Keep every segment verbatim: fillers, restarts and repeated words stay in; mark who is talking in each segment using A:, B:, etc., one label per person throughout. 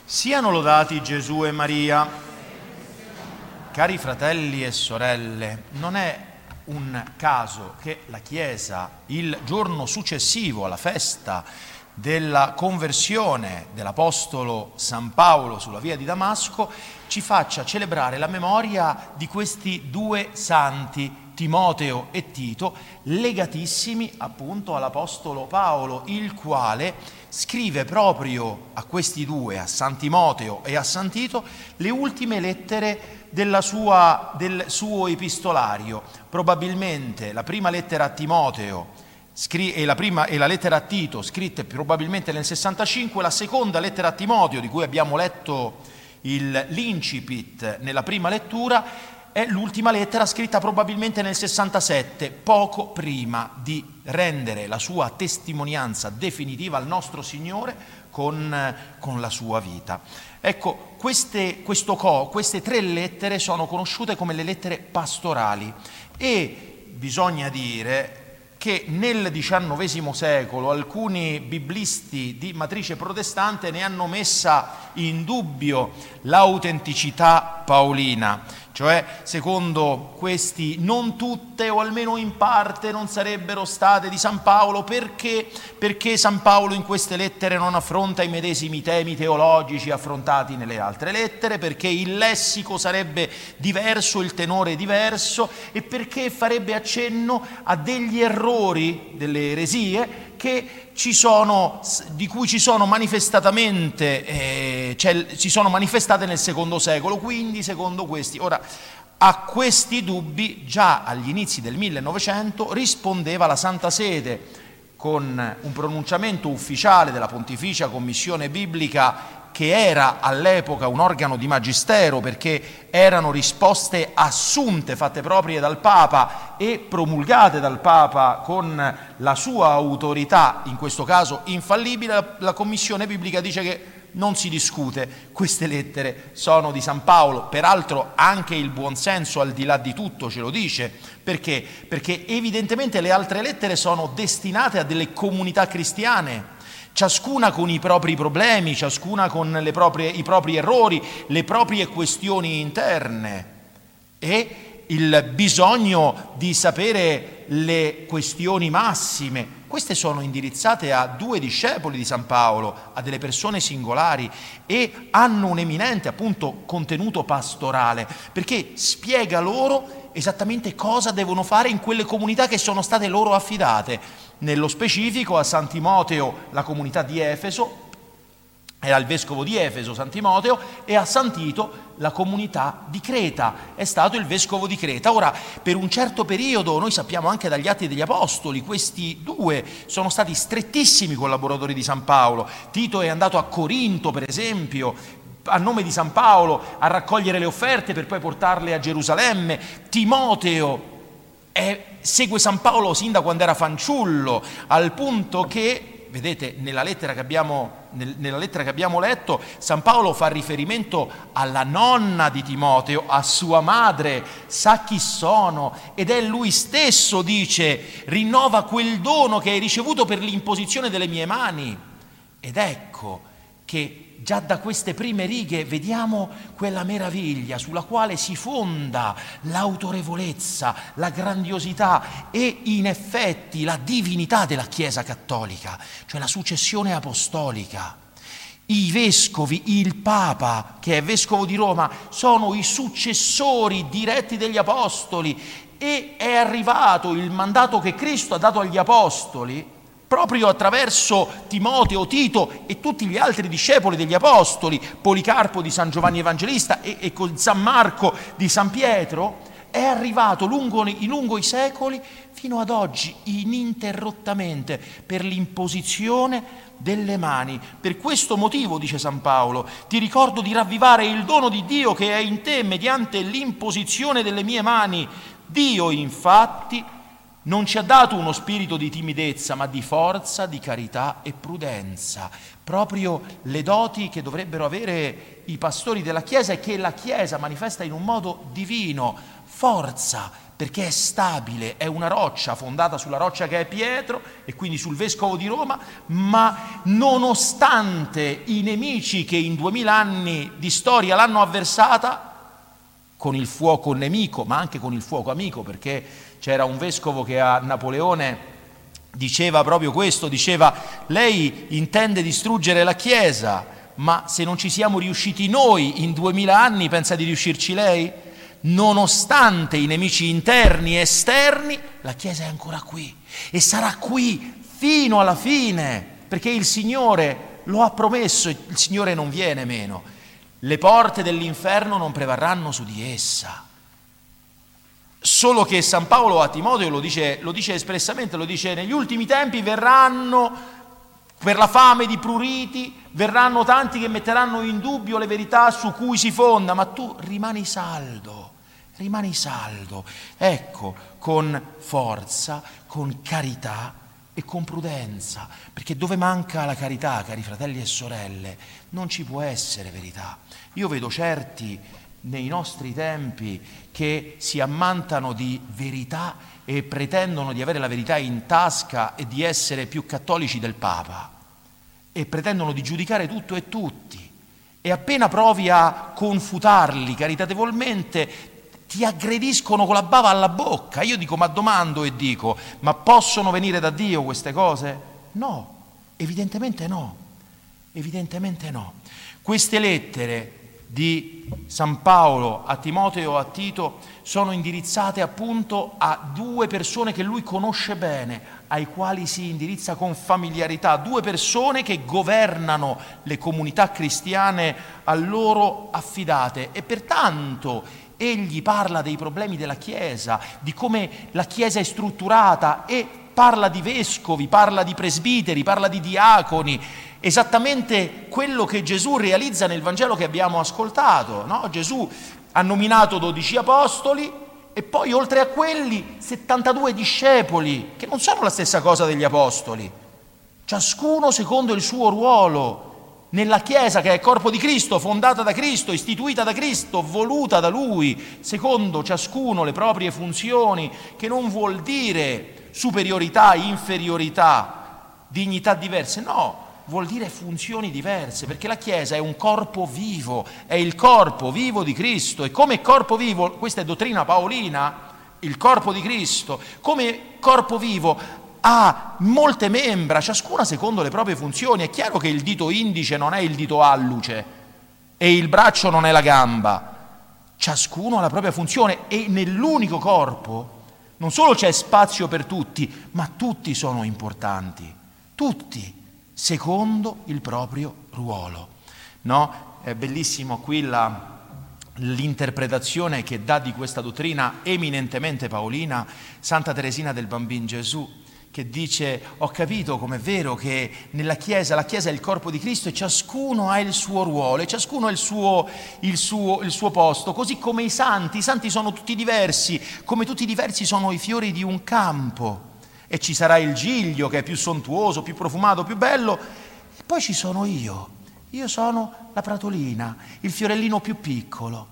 A: Siano lodati Gesù e Maria. Cari fratelli e sorelle, non è un caso che la Chiesa, il giorno successivo alla festa della conversione dell'Apostolo San Paolo sulla via di Damasco, ci faccia celebrare la memoria di questi due santi, Timoteo e Tito, legatissimi appunto all'Apostolo Paolo, il quale scrive proprio a questi due, a San Timoteo e a San Tito, le ultime lettere della sua, del suo epistolario. Probabilmente la prima lettera a Timoteo scri- e, la prima, e la lettera a Tito, scritte probabilmente nel sessantacinque, la seconda lettera a Timoteo, di cui abbiamo letto il, l'incipit nella prima lettura, è l'ultima lettera scritta probabilmente nel sessantasette, poco prima di rendere la sua testimonianza definitiva al nostro Signore con, con la sua vita. Ecco, queste, questo co, queste tre lettere sono conosciute come le lettere pastorali e bisogna dire che nel diciannovesimo secolo alcuni biblisti di matrice protestante ne hanno messa in dubbio l'autenticità paolina. Cioè, secondo questi, non tutte o almeno in parte non sarebbero state di San Paolo perché, perché San Paolo in queste lettere non affronta i medesimi temi teologici affrontati nelle altre lettere, perché il lessico sarebbe diverso, il tenore diverso e perché farebbe accenno a degli errori, delle eresie che ci sono, di cui ci sono manifestatamente, eh, cioè, si sono manifestate nel secondo secolo, quindi secondo questi. Ora, a questi dubbi già agli inizi del millenovecento rispondeva la Santa Sede con un pronunciamento ufficiale della Pontificia Commissione Biblica, che era all'epoca un organo di magistero perché erano risposte assunte, fatte proprie dal Papa e promulgate dal Papa con la sua autorità, in questo caso infallibile. La Commissione Biblica dice che non si discute, queste lettere sono di San Paolo, peraltro anche il buonsenso al di là di tutto ce lo dice, perché? Perché evidentemente le altre lettere sono destinate a delle comunità cristiane, ciascuna con i propri problemi, ciascuna con le proprie, i propri errori, le proprie questioni interne e il bisogno di sapere le questioni massime. Queste sono indirizzate a due discepoli di San Paolo, a delle persone singolari e hanno un eminente appunto contenuto pastorale, perché spiega loro esattamente cosa devono fare in quelle comunità che sono state loro affidate. Nello specifico a San Timoteo la comunità di Efeso, era il vescovo di Efeso San Timoteo, e a San Tito la comunità di Creta, è stato il vescovo di Creta. Ora, per un certo periodo, noi sappiamo anche dagli Atti degli Apostoli, questi due sono stati strettissimi collaboratori di San Paolo. Tito è andato a Corinto, per esempio, a nome di San Paolo, a raccogliere le offerte per poi portarle a Gerusalemme. Timoteo è, segue San Paolo sin da quando era fanciullo, al punto che, vedete, nella lettera che abbiamo, nel, nella lettera che abbiamo letto, San Paolo fa riferimento alla nonna di Timoteo, a sua madre, sa chi sono, ed è lui stesso, dice, rinnova quel dono che hai ricevuto per l'imposizione delle mie mani. Ed ecco che già da queste prime righe vediamo quella meraviglia sulla quale si fonda l'autorevolezza, la grandiosità e in effetti la divinità della Chiesa cattolica, cioè la successione apostolica. I vescovi, il Papa, che è vescovo di Roma, sono i successori diretti degli apostoli e è arrivato il mandato che Cristo ha dato agli apostoli proprio attraverso Timoteo, Tito e tutti gli altri discepoli degli apostoli, Policarpo di San Giovanni Evangelista e, e con San Marco di San Pietro, è arrivato lungo, lungo i secoli fino ad oggi ininterrottamente per l'imposizione delle mani. Per questo motivo, dice San Paolo, ti ricordo di ravvivare il dono di Dio che è in te mediante l'imposizione delle mie mani. Dio, infatti, non ci ha dato uno spirito di timidezza, ma di forza, di carità e prudenza. Proprio le doti che dovrebbero avere i pastori della Chiesa e che la Chiesa manifesta in un modo divino. Forza, perché è stabile, è una roccia fondata sulla roccia che è Pietro e quindi sul vescovo di Roma, ma nonostante i nemici che in duemila anni di storia l'hanno avversata, con il fuoco nemico, ma anche con il fuoco amico, perché c'era un vescovo che a Napoleone diceva proprio questo, diceva: lei intende distruggere la Chiesa, ma se non ci siamo riusciti noi in duemila anni, pensa di riuscirci lei? Nonostante i nemici interni e esterni, la Chiesa è ancora qui e sarà qui fino alla fine, perché il Signore lo ha promesso e il Signore non viene meno. Le porte dell'inferno non prevarranno su di essa. Solo che San Paolo a Timoteo lo dice, lo dice espressamente, lo dice: negli ultimi tempi verranno, per la fame di pruriti, verranno tanti che metteranno in dubbio le verità su cui si fonda, ma tu rimani saldo, rimani saldo, ecco, con forza, con carità e con prudenza, perché dove manca la carità, cari fratelli e sorelle, non ci può essere verità. Io vedo certi nei nostri tempi che si ammantano di verità e pretendono di avere la verità in tasca e di essere più cattolici del Papa e pretendono di giudicare tutto e tutti, e appena provi a confutarli caritatevolmente ti aggrediscono con la bava alla bocca. Io dico, ma domando e dico, ma possono venire da Dio queste cose? No, evidentemente no, evidentemente no. Queste lettere di San Paolo a Timoteo e a Tito sono indirizzate appunto a due persone che lui conosce bene, ai quali si indirizza con familiarità, due persone che governano le comunità cristiane a loro affidate, e pertanto egli parla dei problemi della Chiesa, di come la Chiesa è strutturata, e parla di vescovi, parla di presbiteri, parla di diaconi, esattamente quello che Gesù realizza nel Vangelo che abbiamo ascoltato, no? Gesù ha nominato dodici apostoli e poi oltre a quelli settantadue discepoli, che non sono la stessa cosa degli apostoli, ciascuno secondo il suo ruolo nella Chiesa, che è corpo di Cristo, fondata da Cristo, istituita da Cristo, voluta da Lui, secondo ciascuno le proprie funzioni, che non vuol dire superiorità, inferiorità, dignità diverse, no, vuol dire funzioni diverse, perché la Chiesa è un corpo vivo, è il corpo vivo di Cristo, e come corpo vivo, questa è dottrina paolina, il corpo di Cristo, come corpo vivo ha molte membra, ciascuna secondo le proprie funzioni. È chiaro che il dito indice non è il dito alluce e il braccio non è la gamba, ciascuno ha la propria funzione, e nell'unico corpo non solo c'è spazio per tutti, ma tutti sono importanti, tutti secondo il proprio ruolo, no? È bellissimo qui la, l'interpretazione che dà di questa dottrina eminentemente paolina Santa Teresina del Bambin Gesù, che dice: ho capito com'è vero che nella Chiesa, la Chiesa è il corpo di Cristo e ciascuno ha il suo ruolo e ciascuno ha il suo, il suo, il suo posto, così come i santi, i santi sono tutti diversi, come tutti diversi sono i fiori di un campo, e ci sarà il giglio che è più sontuoso, più profumato, più bello, e poi ci sono io, io sono la pratolina, il fiorellino più piccolo,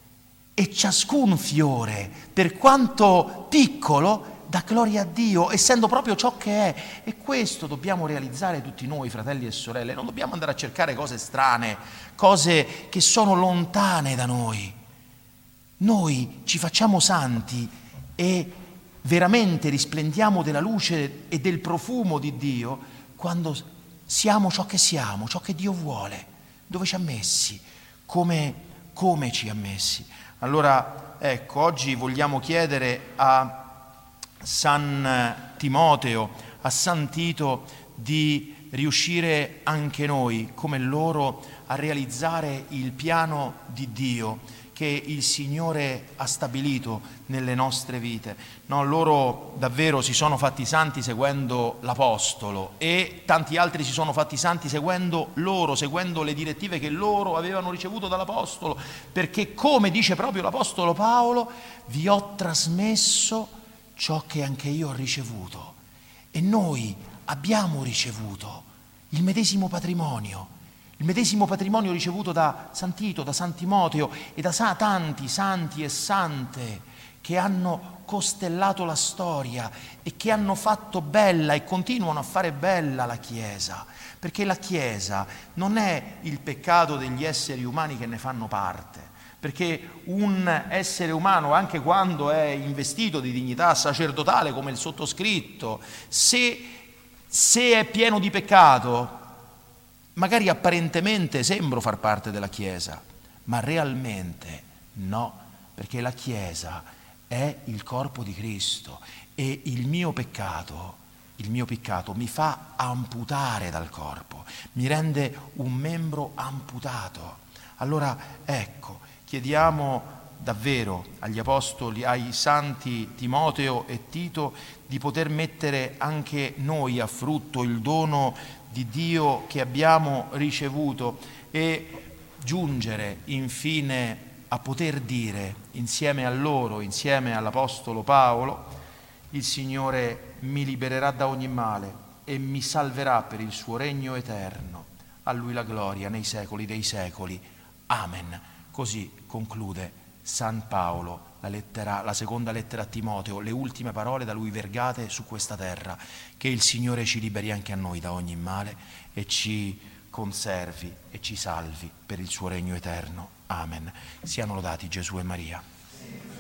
A: e ciascun fiore, per quanto piccolo, dà gloria a Dio, essendo proprio ciò che è. E questo dobbiamo realizzare tutti noi, fratelli e sorelle. Non dobbiamo andare a cercare cose strane, cose che sono lontane da noi. Noi ci facciamo santi e veramente risplendiamo della luce e del profumo di Dio quando siamo ciò che siamo, ciò che Dio vuole, dove ci ha messi, come, come ci ha messi. Allora, ecco, oggi vogliamo chiedere a San Timoteo, a San Tito, di riuscire anche noi, come loro, a realizzare il piano di Dio che il Signore ha stabilito nelle nostre vite. No, loro davvero si sono fatti santi seguendo l'Apostolo, e tanti altri si sono fatti santi seguendo loro, seguendo le direttive che loro avevano ricevuto dall'Apostolo, perché, come dice proprio l'Apostolo Paolo, vi ho trasmesso ciò che anche io ho ricevuto. E noi abbiamo ricevuto il medesimo patrimonio, il medesimo patrimonio ricevuto da San Tito, da San Timoteo e da tanti santi e sante che hanno costellato la storia e che hanno fatto bella e continuano a fare bella la Chiesa, perché la Chiesa non è il peccato degli esseri umani che ne fanno parte, perché un essere umano, anche quando è investito di dignità sacerdotale come il sottoscritto, se, se è pieno di peccato, magari apparentemente sembro far parte della Chiesa, ma realmente no, perché la Chiesa è il corpo di Cristo e il mio peccato, il mio peccato mi fa amputare dal corpo, mi rende un membro amputato. Allora ecco, chiediamo davvero agli apostoli, ai santi Timoteo e Tito, di poter mettere anche noi a frutto il dono di Dio che abbiamo ricevuto e giungere infine a poter dire insieme a loro, insieme all'apostolo Paolo: il Signore mi libererà da ogni male e mi salverà per il suo regno eterno. A Lui la gloria nei secoli dei secoli. Amen. Così conclude San Paolo la, lettera, la seconda lettera a Timoteo, le ultime parole da lui vergate su questa terra. Che il Signore ci liberi anche a noi da ogni male e ci conservi e ci salvi per il suo regno eterno. Amen. Siano lodati Gesù e Maria.